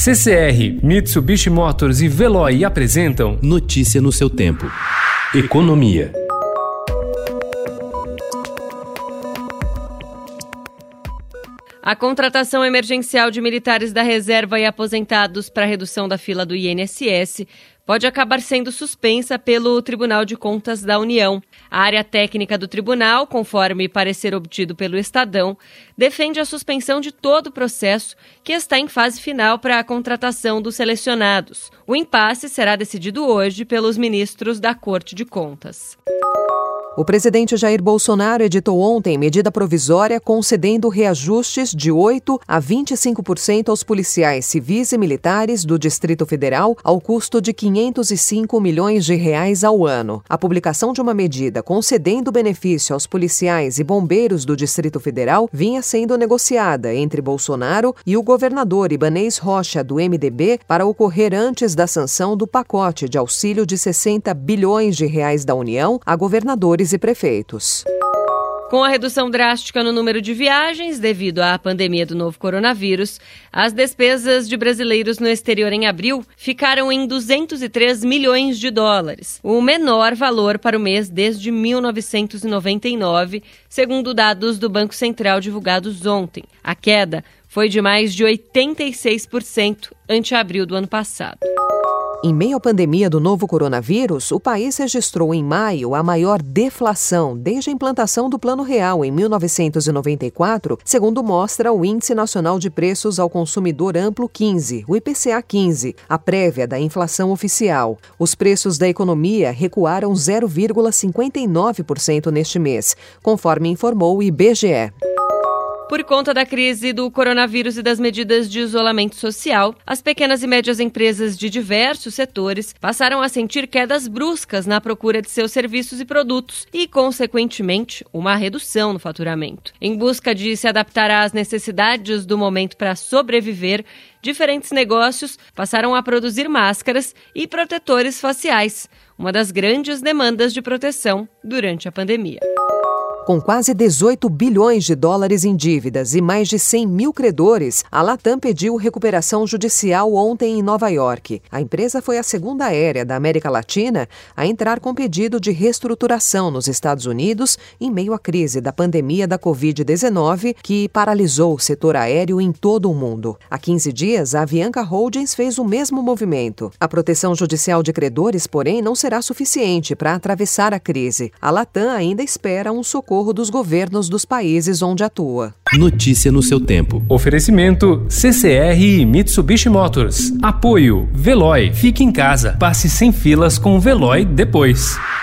CCR, Mitsubishi Motors e Veloy apresentam Notícia no seu tempo. Economia. A contratação emergencial de militares da reserva e aposentados para a redução da fila do INSS pode acabar sendo suspensa pelo Tribunal de Contas da União. A área técnica do tribunal, conforme parecer obtido pelo Estadão, defende a suspensão de todo o processo que está em fase final para a contratação dos selecionados. O impasse será decidido hoje pelos ministros da Corte de Contas. O presidente Jair Bolsonaro editou ontem medida provisória concedendo reajustes de 8% a 25% aos policiais civis e militares do Distrito Federal ao custo de R$505 milhões ao ano. A publicação de uma medida concedendo benefício aos policiais e bombeiros do Distrito Federal vinha sendo negociada entre Bolsonaro e o governador Ibanez Rocha, do MDB, para ocorrer antes da sanção do pacote de auxílio de R$60 bilhões da União a governadores e prefeitos. Com a redução drástica no número de viagens devido à pandemia do novo coronavírus, as despesas de brasileiros no exterior em abril ficaram em $203 milhões, o menor valor para o mês desde 1999, segundo dados do Banco Central divulgados ontem. A queda foi de mais de 86% ante abril do ano passado. Em meio à pandemia do novo coronavírus, o país registrou em maio a maior deflação desde a implantação do Plano Real em 1994, segundo mostra o Índice Nacional de Preços ao Consumidor Amplo 15, o IPCA 15, a prévia da inflação oficial. Os preços da economia recuaram 0,59% neste mês, conforme informou o IBGE. Por conta da crise do coronavírus e das medidas de isolamento social, as pequenas e médias empresas de diversos setores passaram a sentir quedas bruscas na procura de seus serviços e produtos e, consequentemente, uma redução no faturamento. Em busca de se adaptar às necessidades do momento para sobreviver, diferentes negócios passaram a produzir máscaras e protetores faciais, uma das grandes demandas de proteção durante a pandemia. Com quase $18 bilhões em dívidas e mais de 100 mil credores, a Latam pediu recuperação judicial ontem em Nova York. A empresa foi a segunda aérea da América Latina a entrar com pedido de reestruturação nos Estados Unidos em meio à crise da pandemia da Covid-19, que paralisou o setor aéreo em todo o mundo. Há 15 dias, a Avianca Holdings fez o mesmo movimento. A proteção judicial de credores, porém, não será suficiente para atravessar a crise. A Latam ainda espera um socorro dos governos dos países onde atua. Notícia no seu tempo. Oferecimento CCR e Mitsubishi Motors. Apoio Veloy. Fique em casa. Passe sem filas com o Veloy depois.